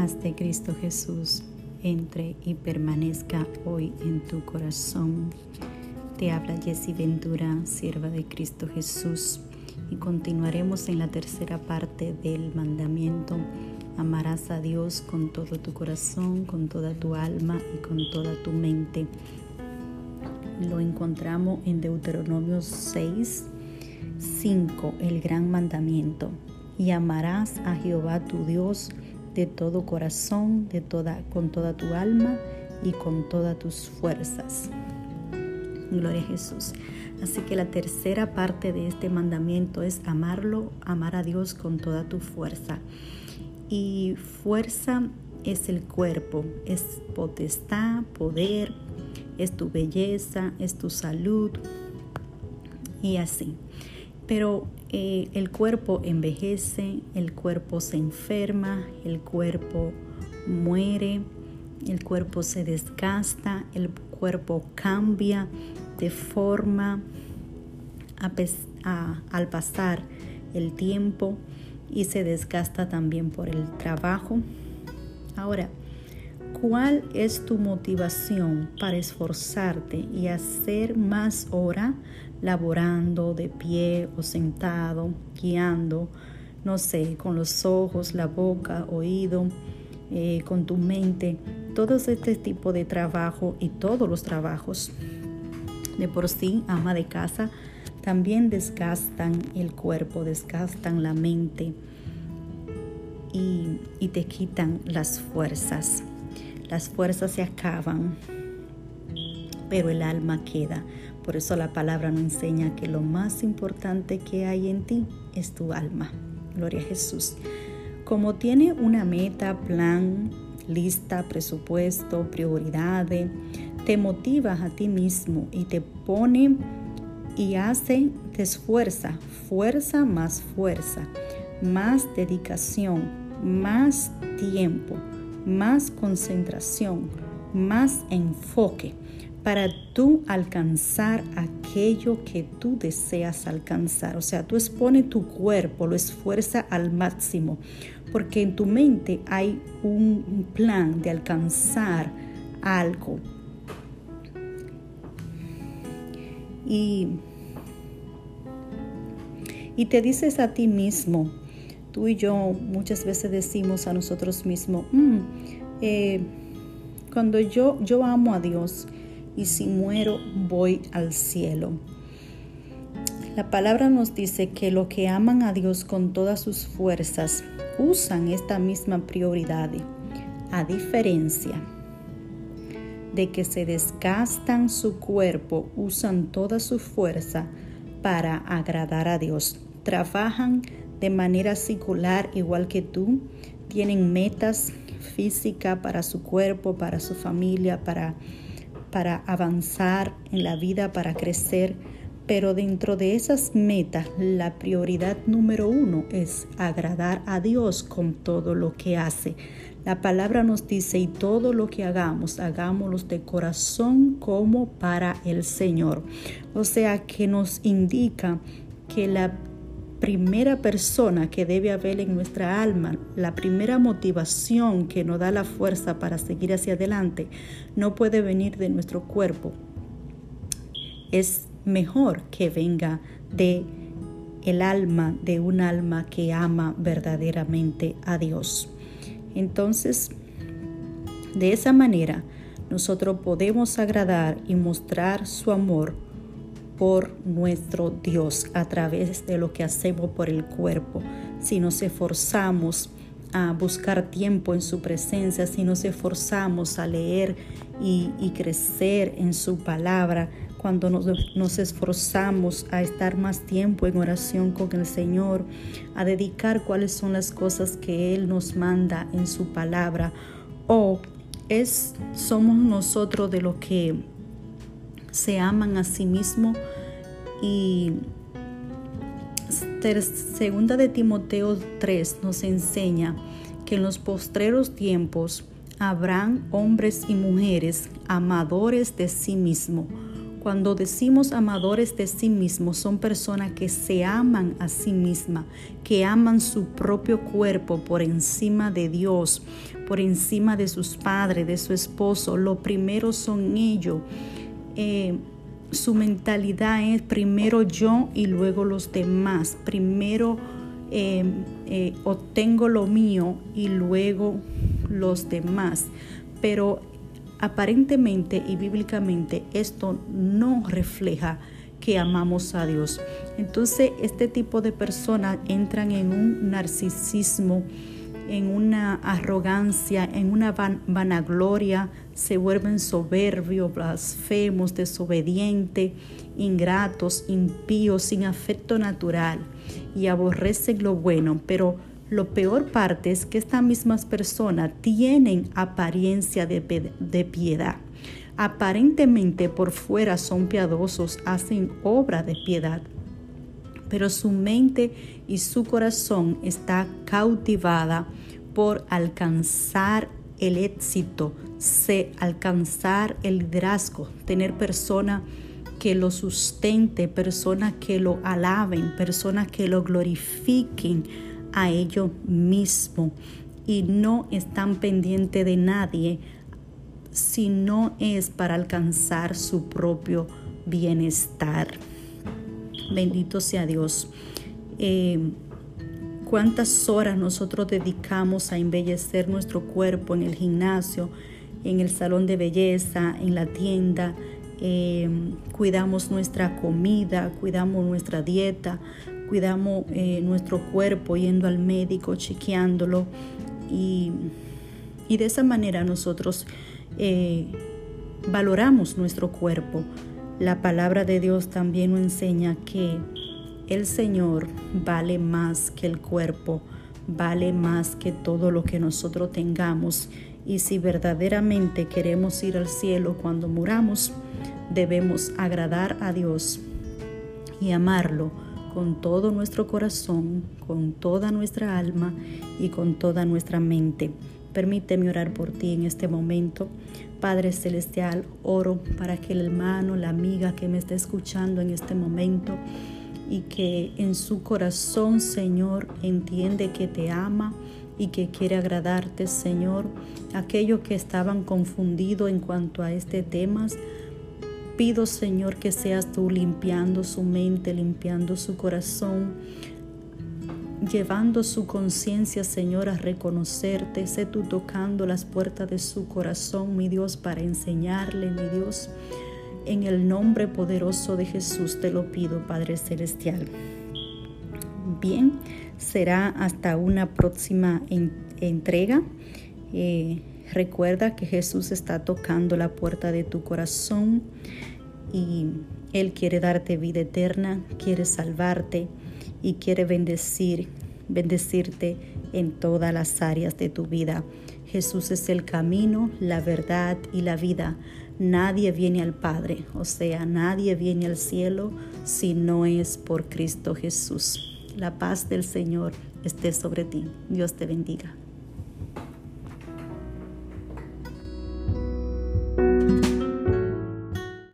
paz de Cristo Jesús entre y permanezca hoy en tu corazón. Te habla Jessie Ventura, sierva de Cristo Jesús, y continuaremos en la tercera parte del mandamiento. Amarás a Dios con todo tu corazón, con toda tu alma y con toda tu mente. Lo encontramos en Deuteronomio 6:5, el gran mandamiento. Y amarás a Jehová tu Dios de todo corazón, con toda tu alma y con todas tus fuerzas. Gloria a Jesús. Así que la tercera parte de este mandamiento es amar a Dios con toda tu fuerza. Y fuerza es el cuerpo, es potestad, poder, es tu belleza, es tu salud y así. Pero el cuerpo envejece, el cuerpo se enferma, el cuerpo muere, el cuerpo se desgasta, el cuerpo cambia de forma al pasar el tiempo y se desgasta también por el trabajo. Ahora, ¿cuál es tu motivación para esforzarte y hacer más hora laborando de pie o sentado, guiando, no sé, con los ojos, la boca, oído, con tu mente? Todo este tipo de trabajo y todos los trabajos de por sí, ama de casa, también desgastan el cuerpo, desgastan la mente y te quitan las fuerzas. Las fuerzas se acaban, pero el alma queda. Por eso la palabra nos enseña que lo más importante que hay en ti es tu alma. Gloria a Jesús. Como tiene una meta, plan, lista, presupuesto, prioridades, te motivas a ti mismo y te pone y te esfuerza, fuerza, más dedicación, más tiempo, más concentración, más enfoque para tú alcanzar aquello que tú deseas alcanzar. O sea, tú expones tu cuerpo, lo esfuerza al máximo, porque en tu mente hay un plan de alcanzar algo. Y te dices a ti mismo, tú y yo muchas veces decimos a nosotros mismos, cuando yo amo a Dios y si muero voy al cielo. La palabra nos dice que los que aman a Dios con todas sus fuerzas usan esta misma prioridad, a diferencia de que se desgastan su cuerpo, usan toda su fuerza para agradar a Dios. Trabajan de manera secular igual que tú, tienen metas físicas para su cuerpo, para su familia, para avanzar en la vida, para crecer. Pero dentro de esas metas, la prioridad número 1 es agradar a Dios con todo lo que hace. La palabra nos dice, y todo lo que hagámoslo de corazón como para el Señor. O sea, que nos indica que la primera persona que debe haber en nuestra alma, la primera motivación que nos da la fuerza para seguir hacia adelante, no puede venir de nuestro cuerpo. Es mejor que venga de el alma, de un alma que ama verdaderamente a Dios. Entonces, de esa manera, nosotros podemos agradar y mostrar su amor por nuestro Dios a través de lo que hacemos por el cuerpo. Si nos esforzamos a buscar tiempo en su presencia, si nos esforzamos a leer y crecer en su palabra, cuando nos esforzamos a estar más tiempo en oración con el Señor, a dedicar cuáles son las cosas que Él nos manda en su palabra, somos nosotros de los que se aman a sí mismos. Y segunda de Timoteo 3 nos enseña que en los postreros tiempos habrán hombres y mujeres amadores de sí mismos, Cuando decimos amadores de sí mismos, son personas que se aman a sí mismas, que aman su propio cuerpo por encima de Dios, por encima de sus padres, de su esposo. Lo primero son ellos. Su mentalidad es primero yo y luego los demás. Primero obtengo lo mío y luego los demás. Pero aparentemente y bíblicamente esto no refleja que amamos a Dios. Entonces este tipo de personas entran en un narcisismo, en una arrogancia, en una vanagloria, se vuelven soberbios, blasfemos, desobedientes, ingratos, impíos, sin afecto natural y aborrecen lo bueno. Pero lo peor parte es que estas mismas personas tienen apariencia de piedad. Aparentemente por fuera son piadosos, hacen obra de piedad, pero su mente y su corazón está cautivada por alcanzar el éxito, alcanzar el liderazgo, tener personas que lo sustenten, personas que lo alaben, personas que lo glorifiquen a ellos mismos, y no están pendientes de nadie, sino es para alcanzar su propio bienestar. Bendito sea Dios. ¿Cuántas horas nosotros dedicamos a embellecer nuestro cuerpo en el gimnasio, en el salón de belleza, en la tienda? Cuidamos nuestra comida, cuidamos nuestra dieta, cuidamos nuestro cuerpo yendo al médico, chequeándolo, y de esa manera nosotros valoramos nuestro cuerpo. La palabra de Dios también nos enseña que el Señor vale más que el cuerpo, vale más que todo lo que nosotros tengamos. Y si verdaderamente queremos ir al cielo cuando muramos, debemos agradar a Dios y amarlo con todo nuestro corazón, con toda nuestra alma y con toda nuestra mente. Permíteme orar por ti en este momento. Padre Celestial, oro para que el hermano, la amiga que me está escuchando en este momento, y que en su corazón, Señor, entiende que te ama y que quiere agradarte, Señor. Aquellos que estaban confundidos en cuanto a este tema, pido, Señor, que seas tú limpiando su mente, limpiando su corazón, llevando su conciencia, Señor, a reconocerte. Sé tú tocando las puertas de su corazón, mi Dios, para enseñarle, mi Dios. En el nombre poderoso de Jesús te lo pido, Padre Celestial. Bien, será hasta una próxima entrega. Recuerda que Jesús está tocando la puerta de tu corazón y Él quiere darte vida eterna, quiere salvarte y quiere bendecirte en todas las áreas de tu vida. Jesús es el camino, la verdad y la vida. Nadie viene al Padre, o sea, nadie viene al cielo si no es por Cristo Jesús. La paz del Señor esté sobre ti. Dios te bendiga.